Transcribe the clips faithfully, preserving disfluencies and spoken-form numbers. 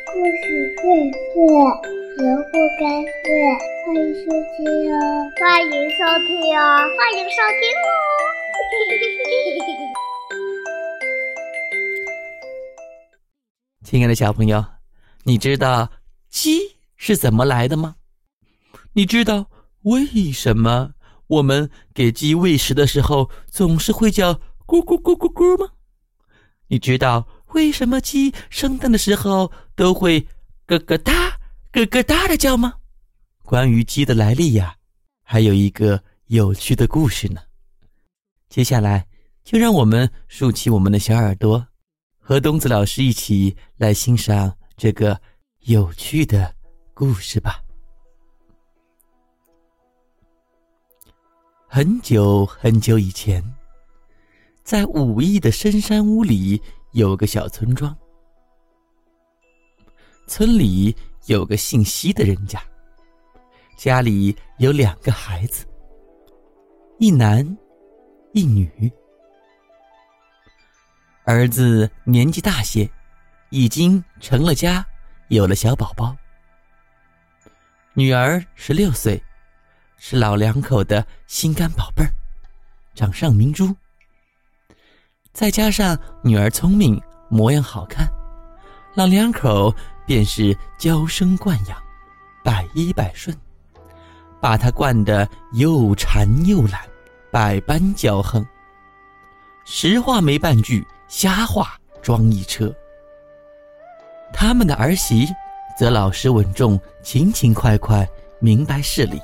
故事荟萃，人不该睡。欢迎收听哦，欢迎收听哦，欢迎收听哦。 亲爱的小朋友，你知道鸡是怎么来的吗？你知道为什么我们给鸡喂食的时候总是会叫咕咕咕咕咕吗？你知道为什么鸡生蛋的时候都会咯咯哒咯咯哒的叫吗？关于鸡的来历呀，还有一个有趣的故事呢。接下来就让我们竖起我们的小耳朵，和东子老师一起来欣赏这个有趣的故事吧。很久很久以前，在武义的深山屋里有个小村庄。村里有个姓西的人家，家里有两个孩子，一男一女。儿子年纪大些，已经成了家，有了小宝宝。女儿十六岁，是老两口的心肝宝贝儿，掌上明珠。再加上女儿聪明，模样好看，老两口便是娇生惯养，百依百顺，把她惯得又馋又懒，百般骄横。实话没半句，瞎话装一车。他们的儿媳则老实稳重，勤勤快快，明白事理。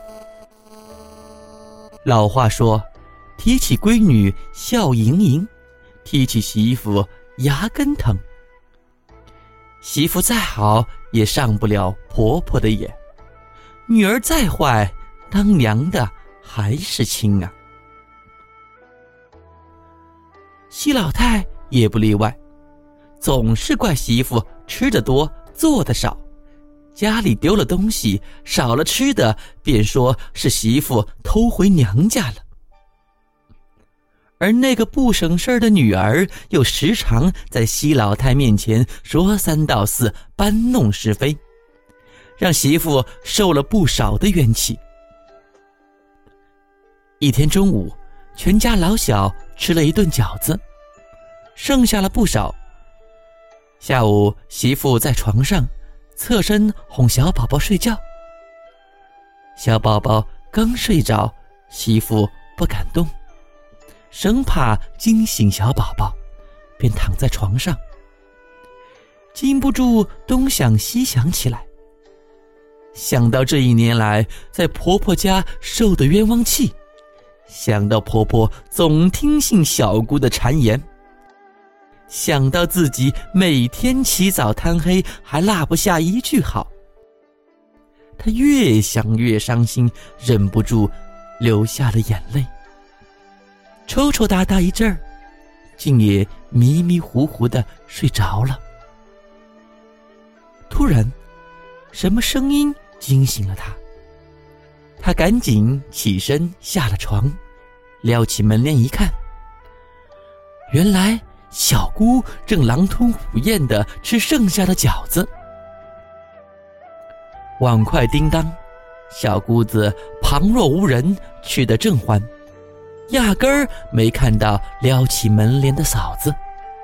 老话说，提起闺女笑盈盈，提起媳妇牙根疼。媳妇再好也上不了婆婆的眼，女儿再坏，当娘的还是亲啊。西老太也不例外，总是怪媳妇吃得多，做得少，家里丢了东西，少了吃的，便说是媳妇偷回娘家了。而那个不省事儿的女儿又时常在西老太面前说三道四，搬弄是非，让媳妇受了不少的冤气。一天中午，全家老小吃了一顿饺子，剩下了不少。下午，媳妇在床上侧身哄小宝宝睡觉。小宝宝刚睡着，媳妇不敢动，生怕惊醒小宝宝，便躺在床上，禁不住东想西想起来。想到这一年来在婆婆家受的冤枉气，想到婆婆总听信小姑的谗言，想到自己每天起早贪黑还落不下一句好，她越想越伤心，忍不住流下了眼泪。抽抽搭搭一阵儿，竟也迷迷糊糊地睡着了。突然，什么声音惊醒了他？他赶紧起身下了床，撩起门帘一看，原来小姑正狼吞虎咽地吃剩下的饺子。碗筷叮当，小姑子旁若无人，吃得正欢，压根儿没看到撩起门帘的嫂子。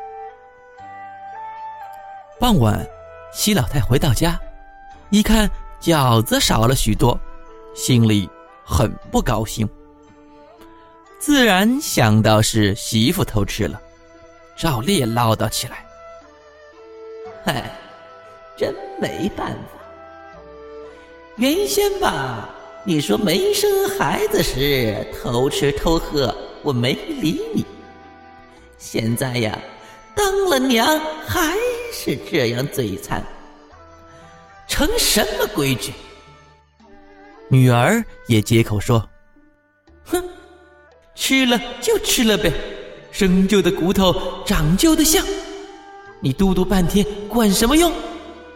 傍晚，西老太回到家，一看饺子少了许多，心里很不高兴，自然想到是媳妇偷吃了，照例唠叨起来： 嗨，真没办法，原先吧，你说没生孩子时偷吃偷喝，我没理你。现在呀，当了娘还是这样嘴馋，成什么规矩？ 女儿也接口说： 哼，吃了就吃了呗，生就的骨头长就的相，你嘟嘟半天管什么用？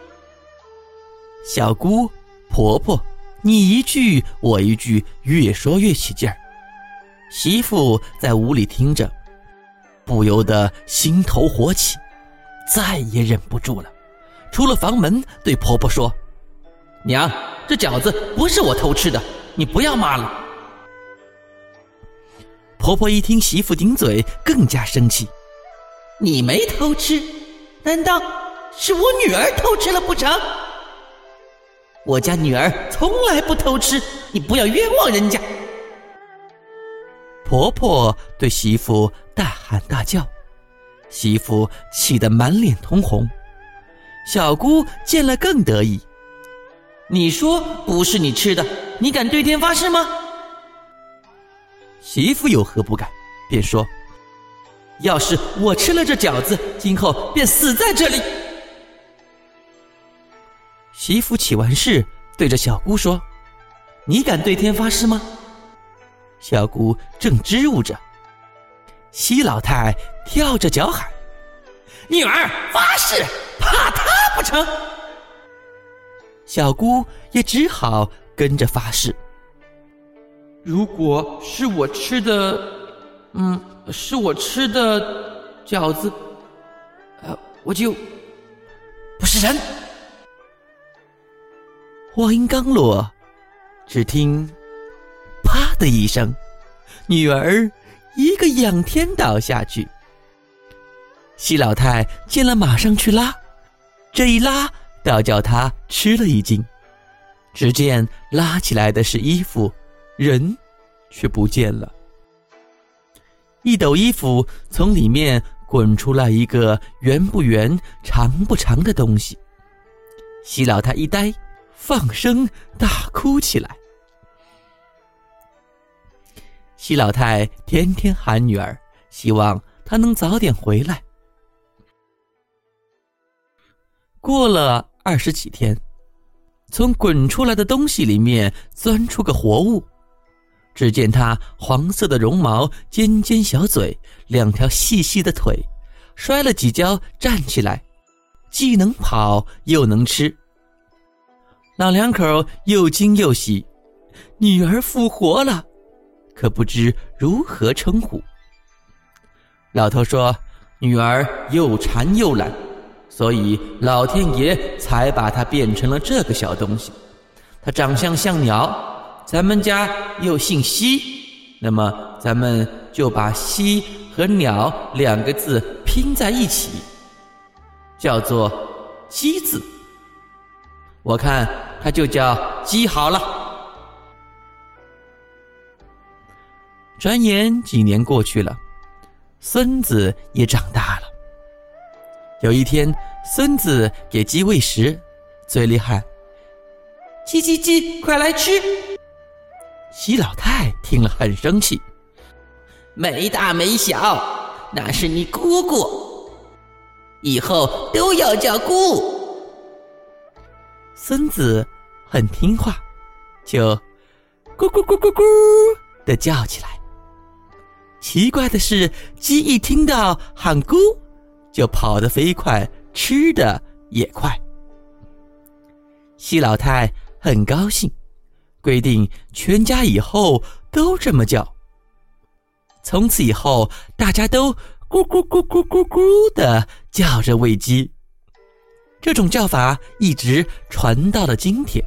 小姑婆婆你一句我一句，越说越起劲儿。媳妇在屋里听着，不由得心头火起，再也忍不住了， 出了房门，对婆婆说：“ 娘，这饺子不是我偷吃的，你不要骂了。” 婆婆一听媳妇顶嘴，更加生气：“ 你没偷吃，难道是我女儿偷吃了不成？我家女儿从来不偷吃，你不要冤枉人家。” 婆婆对媳妇大喊大叫，媳妇气得满脸通红。小姑见了更得意：“ 你说不是你吃的，你敢对天发誓吗？” 媳妇有何不敢，便说：“ 要是我吃了这饺子，今后便死在这里。” 媳妇起完誓，对着小姑说：“你敢对天发誓吗？”小姑正支吾着，西老太跳着脚喊：“ 女儿发誓，怕他不成？” 小姑也只好跟着发誓：“ 如果是我吃的，嗯，是我吃的饺子，呃，我就不是人。” 话音刚落，只听“啪”的一声，女儿一个仰天倒下去。西老太见了，马上去拉，这一拉倒叫她吃了一惊。只见拉起来的是衣服，人却不见了。一抖衣服，从里面滚出来一个圆不圆、长不长的东西。西老太一呆，放声大哭起来。西老太天天喊女儿，希望她能早点回来。过了二十几天，从滚出来的东西里面钻出个活物。只见它黄色的绒毛，尖尖小嘴，两条细细的腿，摔了几跤站起来，既能跑又能吃。老两口又惊又喜，女儿复活了，可不知如何称呼。老头说，女儿又馋又懒，所以老天爷才把她变成了这个小东西。她长相像鸟，咱们家又姓西，那么咱们就把西和鸟两个字拼在一起，叫做鸡字。我看它就叫鸡好了。转眼几年过去了，孙子也长大了。有一天，孙子给鸡喂食，嘴里喊：“鸡鸡鸡，快来吃！”西老太听了很生气：“ 没大没小，那是你姑姑，以后都要叫姑。” 孙子很听话，就咕咕咕咕咕地叫起来。奇怪的是，鸡一听到喊咕，就跑得飞快，吃的也快。西老太很高兴，规定全家以后都这么叫。从此以后，大家都咕咕咕咕咕咕地叫着喂鸡。这种叫法一直传到了今天。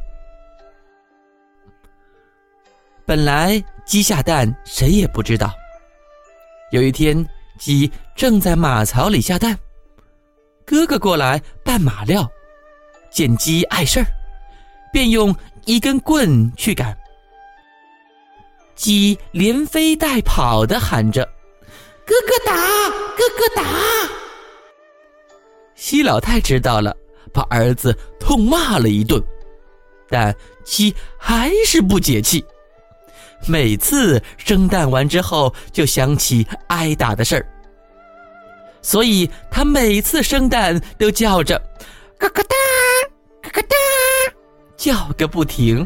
本来鸡下蛋谁也不知道，有一天鸡正在马槽里下蛋，哥哥过来拌马料，见鸡碍事儿，便用一根棍去赶。鸡连飞带跑地喊着：“哥哥打，哥哥打！”西老太知道了，把儿子痛骂了一顿，但鸡还是不解气。每次生蛋完之后，就想起挨打的事儿，所以他每次生蛋都叫着咯咯哒咯咯哒，叫个不停。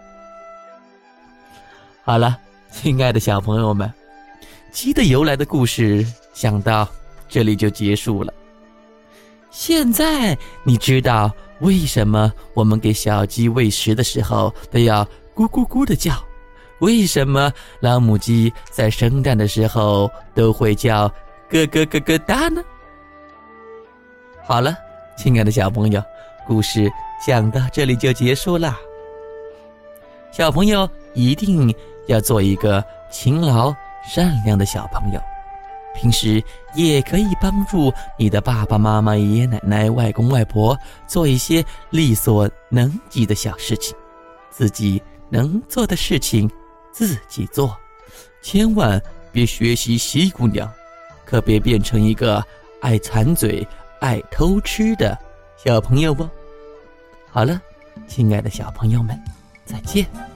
好了，亲爱的小朋友们，鸡的由来的故事想到这里就结束了。现在你知道为什么我们给小鸡喂食的时候都要咕咕咕的叫，为什么老母鸡在生蛋的时候都会叫咯咯咯咯哒呢？好了， 亲爱的小朋友，故事讲到这里就结束啦。小朋友一定要做一个勤劳善良的小朋友，平时也可以帮助你的爸爸妈妈、爷爷奶奶、外公外婆做一些力所能及的小事情，自己能做的事情自己做，千万别学习西姑娘，可别变成一个爱馋嘴、爱偷吃的小朋友哦。好了，亲爱的小朋友们，再见。